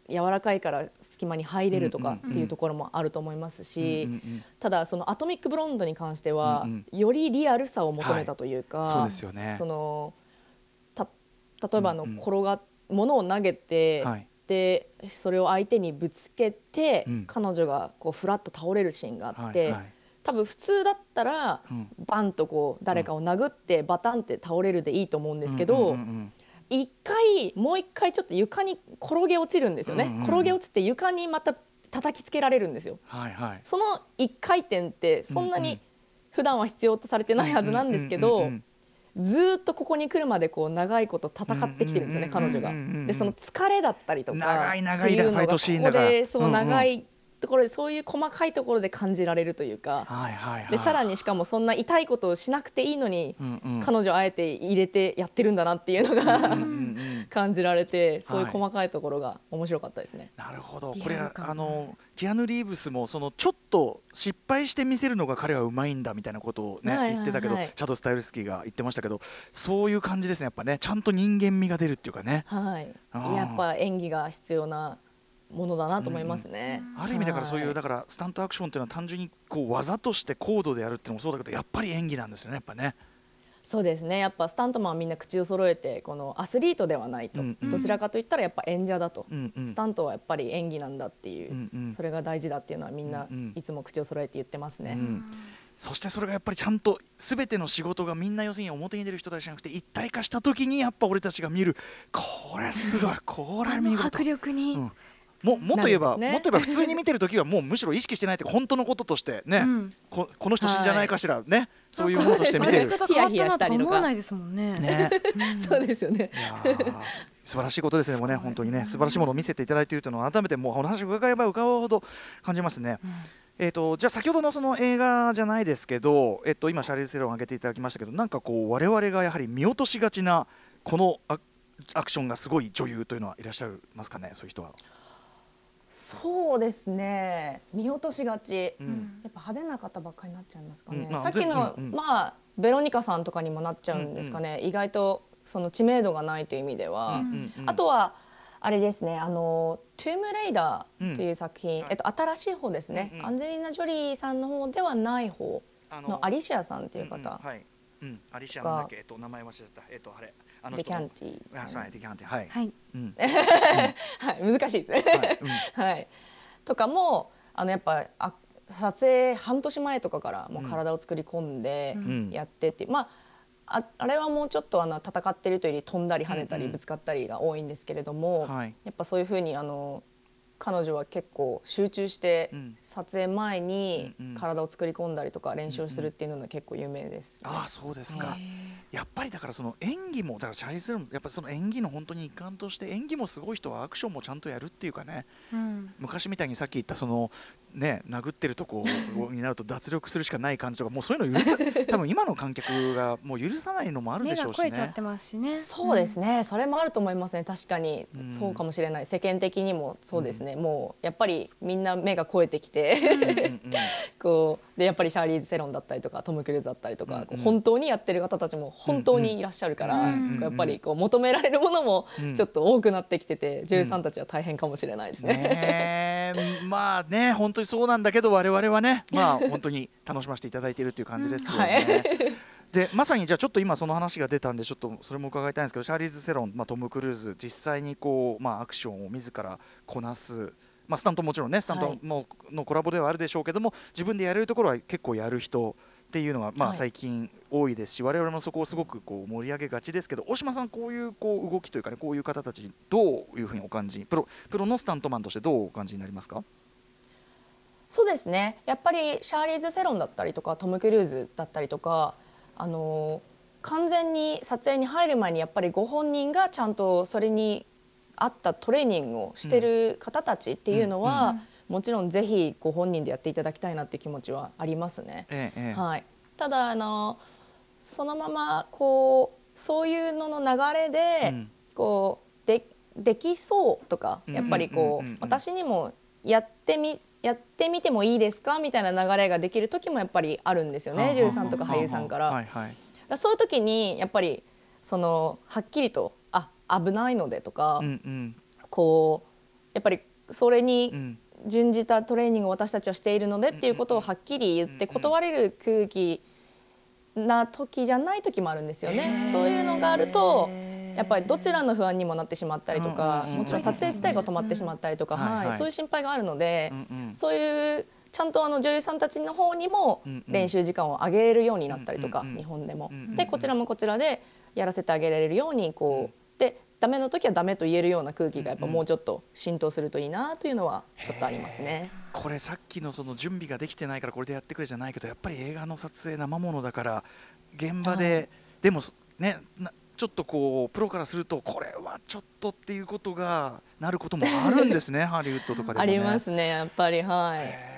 柔らかいから隙間に入れるとかっていうところもあると思いますし、ただそのアトミックブロンドに関してはよりリアルさを求めたというか、 はい、そうですよね。 そのた例えばあの転が物を投げて、はい、でそれを相手にぶつけて、うん、彼女がこうフラッと倒れるシーンがあって、はいはい、多分普通だったら、うん、バンとこう誰かを殴ってバタンって倒れるでいいと思うんですけど、うんうんうんうん、一回もう一回ちょっと床に転げ落ちるんですよね、うんうんうん、転げ落ちて床にまた叩きつけられるんですよ、はいはい、その一回転ってそんなに普段は必要とされてないはずなんですけど、うんうんうんうん、ずっとここに来るまでこう長いこと戦ってきてるんですよね、彼女が。でその疲れだったりとか長い長いファイトシーンだから、ここでそう長いところでそういう細かいところで感じられるというか、はいはいはい、でさらにしかもそんな痛いことをしなくていいのに、うんうん、彼女をあえて入れてやってるんだなっていうのが、うんうんうん、感じられて、そういう細かいところが面白かったですね、 はい、なるほど。これあのキアヌ・リーブスもそのちょっと失敗して見せるのが彼はうまいんだみたいなことを、ね、はいはいはい、言ってたけど、チャド・スタイルスキーが言ってましたけど、そういう感じですね。やっぱね、ちゃんと人間味が出るっていうかね、 はい、やっぱ演技が必要なものだなと思いますね、 うんうん、ある意味だからそういう、だからスタントアクションっていうのは単純にこう技として高度でやるっていうのもそうだけど、やっぱり演技なんですよね、やっぱね。 そうですね、やっぱスタントマンはみんな口を揃えて、このアスリートではないと、うんうん、どちらかといったらやっぱ演者だと、うんうん、スタントはやっぱり演技なんだっていう、うんうん、それが大事だっていうのはみんないつも口を揃えて言ってますね、うんうん、 そしてそれがやっぱりちゃんと全ての仕事がみんな要するに表に出る人たちじゃなくて一体化した時にやっぱ俺たちが見る、これすごい、これ見事、 迫力に、うん、 も, もっと言えば、ね、もっと言えば普通に見てるときはもうむしろ意識してないって本当のこととしてね、うん、こ, この人死んじゃないかしら、はい、ね、そういうものとして見てる。 ヒヤヒヤしたりとか思わないですもんね。ね、 うん、そうですよね。 いや素晴らしいことですね。もうね、本当にね、素晴らしいものを見せていただいているというのを改めてもうお話を伺えば伺うほど感じますね。うん、えーと、じゃあ先ほどのその映画じゃないですけど、えっと、今シャーリーズ・セロンを挙げていただきましたけど、なんかこう我々がやはり見落としがちなこのアアクションがすごい女優というのはいらっしゃいますかね、そういう人は。 そうですね、見落としがち、うん、やっぱ派手な方ばっかりになっちゃいますかね、うん、さっきの、うんうん、まあベロニカさんとかにもなっちゃうんですかね、うんうん、意外とその知名度がないという意味では、うんうんうん、あとはあれですね、あのトゥームレイダーという作品、うん、えっと、新しい方ですね、うんうん、アンジェリーナ・ジョリーさんの方ではない方のアリシアさんという方、うんうん、はい、 うん、アリシアなんだっけ、えっと、名前忘れちゃった、えっと、あれあのデキャンティーさん、デキャンティ、はい、 はい、 うん、 はい、難しいですね、はい、うん、はい、とかもあのやっぱあ撮影半年前とかからもう体を作り込んでやってっていう、うん、まあ、あ, あれはもうちょっとあの戦ってるというより飛んだり跳ねたりぶつかったりが多いんですけれども、うんうん、やっぱそういうふうにあの彼女は結構集中して撮影前に体を作り込んだりとか練習するっていうのが結構有名です、ね、 ああ、そうですか。やっぱりだからその演技もだからシャーリーズ・セロンやっぱその演技の本当に一環として演技もすごい人はアクションもちゃんとやるっていうかね、うん、昔みたいにさっき言ったそのね殴ってるとこになると脱力するしかない感じとかもうそういうの許さ多分今の観客がもう許さないのもあるでしょうしね。 目が肥えちゃってますしね。 そうですね、うん、それもあると思いますね。確かにそうかもしれない、うん、世間的にもそうですね、うん、もうやっぱりみんな目が肥えてきてこうでやっぱりシャーリーズ・セロンだったりとかトム・クルーズだったりとか、うんうん、本当にやってる方たちも本当にいらっしゃるから、うんうん、やっぱりこう求められるものもちょっと多くなってきてて、うん、女優さんたちは大変かもしれないですね。 ねまあね本当にそうなんだけど我々はねまあ本当に楽しませていただいているという感じですよね。はい、でまさにじゃあちょっと今その話が出たんでちょっとそれも伺いたいんですけど、シャーリーズ・セロン、まあ、トム・クルーズ実際にこう、まあ、アクションを自らこなす、まあ、スタントもちろんねスタントものコラボではあるでしょうけども、自分でやれるところは結構やる人っていうのがまあ最近多いですし、我々もそこをすごくこう盛り上げがちですけど、大島さんこういうこう動きというかね、こういう方たちどういうふうにお感じ、プロプロのスタントマンとしてどうお感じになりますか？ そうですね、やっぱりシャーリーズ・セロンだったりとかトム・クルーズだったりとか、あの完全に撮影に入る前にやっぱりご本人がちゃんとそれに合ったトレーニングをしてる方たちっていうのは、うんうんうん、もちろんぜひご本人でやっていただきたいなっていう気持ちはありますね。ええはい、ただあのそのままこうそういうのの流れで、うん、こう で, できそうとかやっぱりこう、うんうんうんうん、私にもやってみやってみてもいいですかみたいな流れができる時もやっぱりあるんですよね、女優さんとか俳優さんから。はいはい、だそういう時にやっぱりそのはっきりとあ危ないのでとか、うんうん、こうやっぱりそれうにん準じたトレーニングを私たちはしているのでっていうことをはっきり言って断れる空気な時じゃない時もあるんですよね。そういうのがあるとやっぱりどちらの不安にもなってしまったりとか、もちろん撮影自体が止まってしまったりとか、はい、そういう心配があるので、そういうちゃんとあの女優さんたちの方にも練習時間を上げるようになったりとか、日本でもでこちらもこちらでやらせてあげられるようにこうでダメの時はダメと言えるような空気がやっぱもうちょっと浸透するといいなというのはちょっとありますね。 これさっきのその準備ができてないからこれでやってくれじゃないけど、やっぱり映画の撮影生ものだから現場で、はい、でもねちょっとこうプロからするとこれはちょっとっていうことがなることもあるんですねハリウッドとかでもね。ありますねやっぱり、はい、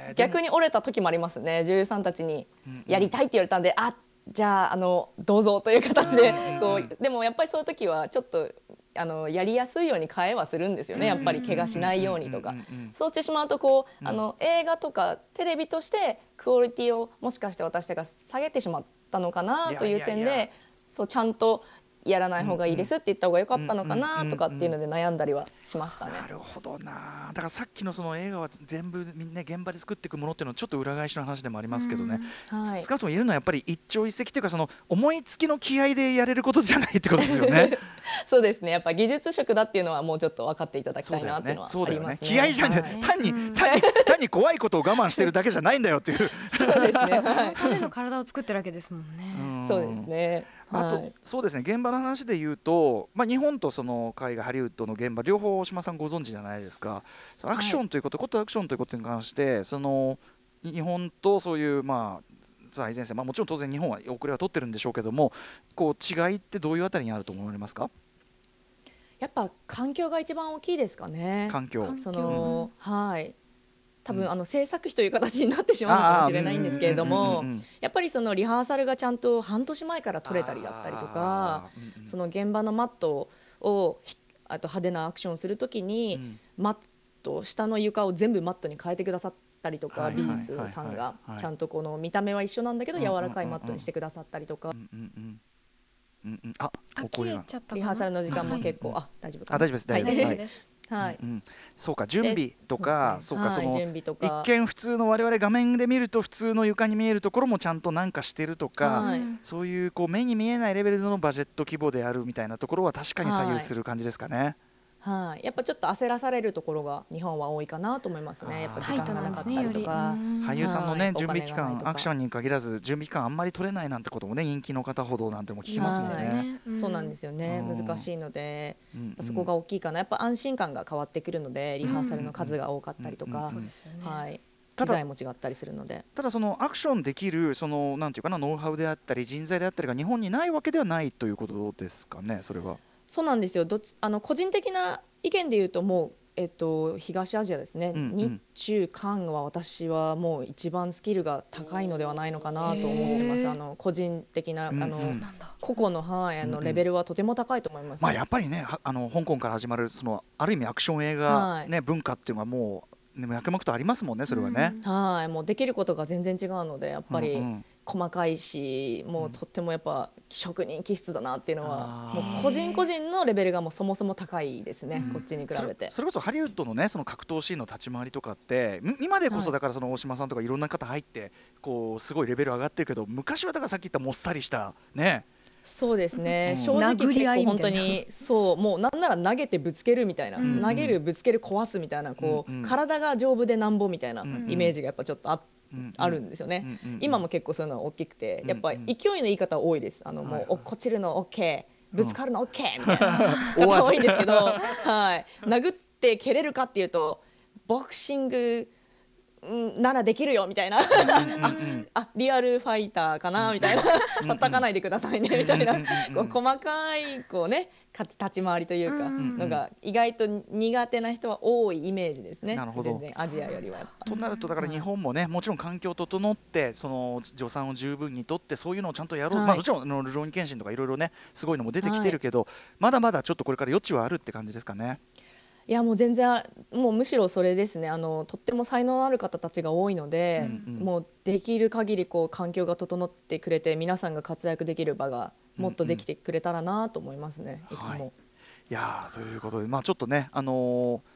逆に折れた時もありますね。女優さんたちにやりたいって言われたんで、うんうん、あじゃあ、あのどうぞという形でこうでもやっぱりそういう時はちょっとあのやりやすいように変えはするんですよね。やっぱり怪我しないようにとか、そうしてしまうとこうあの映画とかテレビとしてクオリティをもしかして私たちが下げてしまったのかなという点で、そうちゃんとやらない方がいいですって言った方が良かったのかなとかっていうので悩んだりはしましたね。 なるほどな。だからさっきのその映画は全部みんな現場で作っていくものっていうのはちょっと裏返しの話でもありますけどね、はい、少なくとも言えるのはやっぱり一朝一夕というかその思いつきの気合でやれることじゃないってことですよねそうですね。やっぱ技術職だっていうのはもうちょっと分かっていただきたいなっていうのはありますね。 気合じゃね、はい、単に単に単に怖いことを我慢してるだけじゃないんだよっていうそうですね、はい、 ための体を作ってるわけですもんね。 うんそうですね。 あと、はい、そうですね現場の話で言うと、まあ、日本とその海外ハリウッドの現場両方大島さんご存知じゃないですか。アクションということ、はい、ことアクションということに関してその日本とそういうまあ最前線、まあ、もちろん当然日本は遅れは取ってるんでしょうけども、こう違いってどういうあたりにあると思われますか？ やっぱ環境が一番大きいですかね。 環境その、うん、はい多分、うん、あの制作費という形になってしまうのかもしれないんですけれども、やっぱりそのリハーサルがちゃんと半年前から取れたりだったりとか、うんうん、その現場のマットをあと派手なアクションをするときに、うん、マット下の床を全部マットに変えてくださったりとか、美術さんがちゃんとこの見た目は一緒なんだけど柔らかいマットにしてくださったりとか、 あ、 切れちゃったかな。 リハーサルの時間も結構、はい、あ大丈夫かな。 あ大丈夫です、大丈夫です。 はいうんうん、そうか準備とか、そうかその一見普通の我々画面で見ると普通の床に見えるところもちゃんとなんかしてるとか、はい、そういうこう目に見えないレベルのバジェット規模であるみたいなところは確かに左右する感じですかね。 はい、やっぱちょっと焦らされるところが日本は多いかなと思いますね。やっぱ時間がなかったりとか、 俳優さんのね準備期間アクションに限らず準備期間あんまり取れないなんてこともね人気の方ほどなんても聞きますもんね。 そうなんですよね。難しいのでそこが大きいかな。やっぱ安心感が変わってくるのでリハーサルの数が多かったりとか、はい、機材も違ったりするので。 ただそのアクションできるそのなんていうかなノウハウであったり人材であったりが日本にないわけではないということですかね。それはそうなんですよ。どっちあの個人的な意見で言うともう、えっと、東アジアですね、うんうん、日中韓は私はもう一番スキルが高いのではないのかなと思ってます。あの個人的な、うんうん、あの個々の、はい、あのレベルはとても高いと思います、 まあ、やっぱりねあの香港から始まるそのある意味アクション映画、ねはい、文化っていうのはもう、ね、脈々とありますもんね。それはね、 うん、はいもうできることが全然違うのでやっぱり、うんうん細かいしもうとってもやっぱ職人気質だなっていうのは、うん、もう個人個人のレベルがもうそもそも高いですね、うん、こっちに比べて。 そ, それこそハリウッドのねその格闘シーンの立ち回りとかって今でこそだからその大島さんとかいろんな方入ってこうすごいレベル上がってるけど昔はだからさっき言ったもっさりしたねそうですね、うん、正直結構本当にそうもうなんなら投げてぶつけるみたいな、うん、投げるぶつける壊すみたいなこう、うんうん、体が丈夫でなんぼみたいなイメージがやっぱちょっとあってうんうん、あるんですよね、うんうん、今も結構そういうのは大きくてやっぱり勢いのいい方多いです。あのもう落っこちるの OK ぶつかるの OK みたいな方多いんですけど、はい、殴って蹴れるかっていうとボクシングならできるよみたいなあ, あリアルファイターかなみたいな叩かないでくださいねみたいなこう細かいこうね立ち回りというかのが意外と苦手な人は多いイメージですね。全然アジアよりはやっぱとなるとだから日本もねもちろん環境整ってその予算を十分にとってそういうのをちゃんとやろう、はいまあ、もちろんルローニケンシンとかいろいろねすごいのも出てきてるけど、はい、まだまだちょっとこれから余地はあるって感じですかね。 いやもう全然もうむしろそれですね。あのとっても才能のある方たちが多いので、うんうん、もうできる限りこう環境が整ってくれて皆さんが活躍できる場がもっとできてくれたらなと思いますね、うんうん、いつも、はい、 いやということで、まあ、ちょっとね、あのー、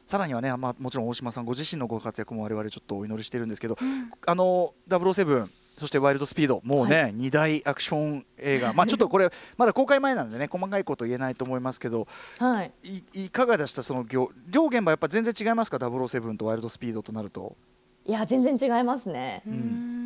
さらにはね、まあ、もちろん大島さんご自身のご活躍も我々ちょっとお祈りしてるんですけど、うん、あのダブルオーセブンそしてワイルドスピードもうね、はい、に大アクション映画まあちょっとこれまだ公開前なんでね細かいこと言えないと思いますけど、はい、い, いかがでしたその両現場やっぱ全然違いますかダブルオーセブンとワイルドスピードとなると。 いや全然違いますね、うん、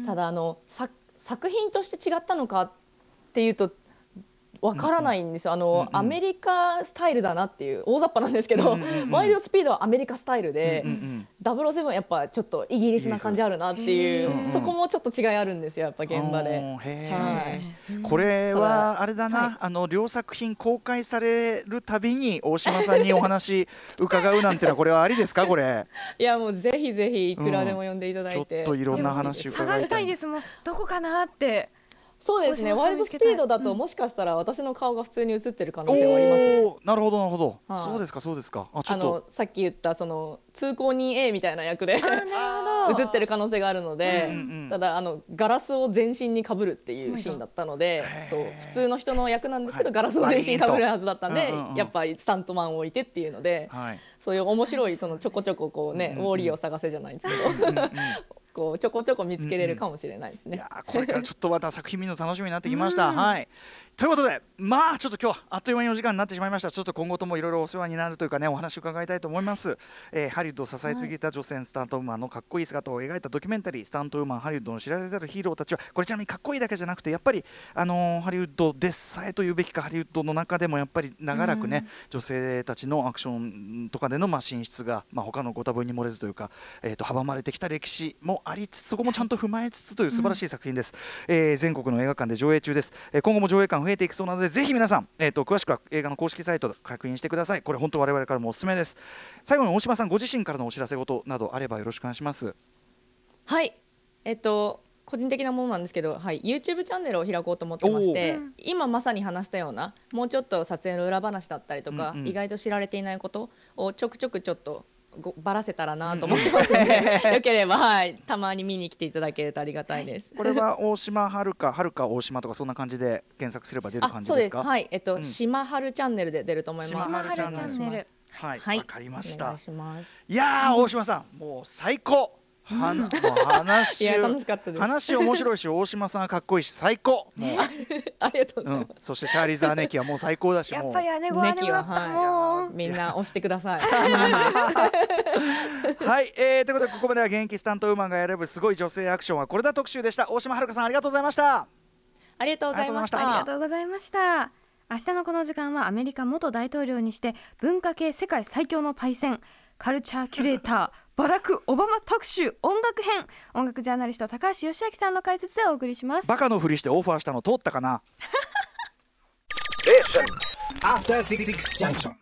ただあの作品として違ったのかっていうとわからないんですよ、あの、うんうん、アメリカスタイルだなっていう大雑把なんですけど、うんうんうん、ワイルドスピードはアメリカスタイルで、うんうん、ダブルオーセブンはやっぱちょっとイギリスな感じあるなっていう、そこもちょっと違いあるんですよやっぱ現場で、 はい、これはあれだな、はい、あの両作品公開されるたびに大島さんにお話伺うなんてのはこれはありですかこれ。 いやもうぜひぜひいくらでも呼んでいただいて、うん、 ちょっといろんな話伺いたい。 探したいですもんどこかなって。 そうですねワイルドスピードだともしかしたら私の顔が普通に映ってる可能性はありますね、 うん、なるほどなるほど、はあ、そうですかそうですか。あちょっとあのさっき言ったその通行人 A みたいな役で映ってる可能性があるので、うんうん、ただあのガラスを全身に被るっていうシーンだったので、そう普通の人の役なんですけど、はい、ガラスを全身に被るはずだったんで、うんうんうん、やっぱりスタントマンを置いてっていうので、はい、そういう面白いそのちょこちょここうね、うんうん、ウォーリーを探せじゃないんですけど、うんうんこうちょこちょこ見つけれるかもしれないですね、 うんうん、いやこれからちょっとまた作品見るの楽しみになってきました、はい、ということでまあちょっと今日はあっという間にお時間になってしまいました。ちょっと今後ともいろいろお世話になるというかねお話を伺いたいと思います、えー、ハリウッドを支え続けた女性スタントウーマンのかっこいい姿を描いたドキュメンタリースタントウーマンハリウッドの知られざるヒーローたちはこれちなみにかっこいいだけじゃなくてやっぱり、あのー、ハリウッドでさえというべきかハリウッドの中でもやっぱり長らくね女性たちのアクションとかでのまあ進出が、まあ、他のご多分に漏れずというか、えー、と阻まれてきた歴史もありつつそこもちゃんと踏まえつつという素晴らしい作品です、うんえー、全国の映画館で上映中です、えー、今後も上映館増えていくそうなのでぜひ皆さん、えー、と詳しくは映画の公式サイトで確認してください。これ本当我々からもおすすめです。最後に大島さんご自身からのお知らせ事などあればよろしくお願いします。 はいえっと個人的なものなんですけど、はい、YouTube チャンネルを開こうと思ってまして今まさに話したようなもうちょっと撮影の裏話だったりとか、うんうん、意外と知られていないことをちょくちょくちょっとばらせたらなと思ってますので、うん、よければ、はい、たまに見に来ていただけるとありがたいです。 これは大島はるかはるか大島とかそんな感じで検索すれば出る感じですか。 そうですはいえっと、うん、島春チャンネルで出ると思います。 島春チャンネルはい、はい、わかりました。 お願いします。 いやー大島さんもう最高はうん、 話いや楽しかったです。 話面白いし大島さんがかっこいいし最高もうありがとうございます、 うん、そしてシャーリーザーネキはもう最高だしやっぱり姉御姉御だったもん、 はい、みんな押してくださいはい、えー、ということでここまでは現役スタントウーマンが選ぶすごい女性アクションはこれだ特集でした。大島遥さんありがとうございました。 ありがとうございましたありがとうございました。明日のこの時間はアメリカ元大統領にして文化系世界最強のパイセンカルチャーキュレーターバラク・オバマ特集音楽編音楽ジャーナリスト高橋義明さんの解説でお送りします。 バカのふりしてオファーしたの通ったかな。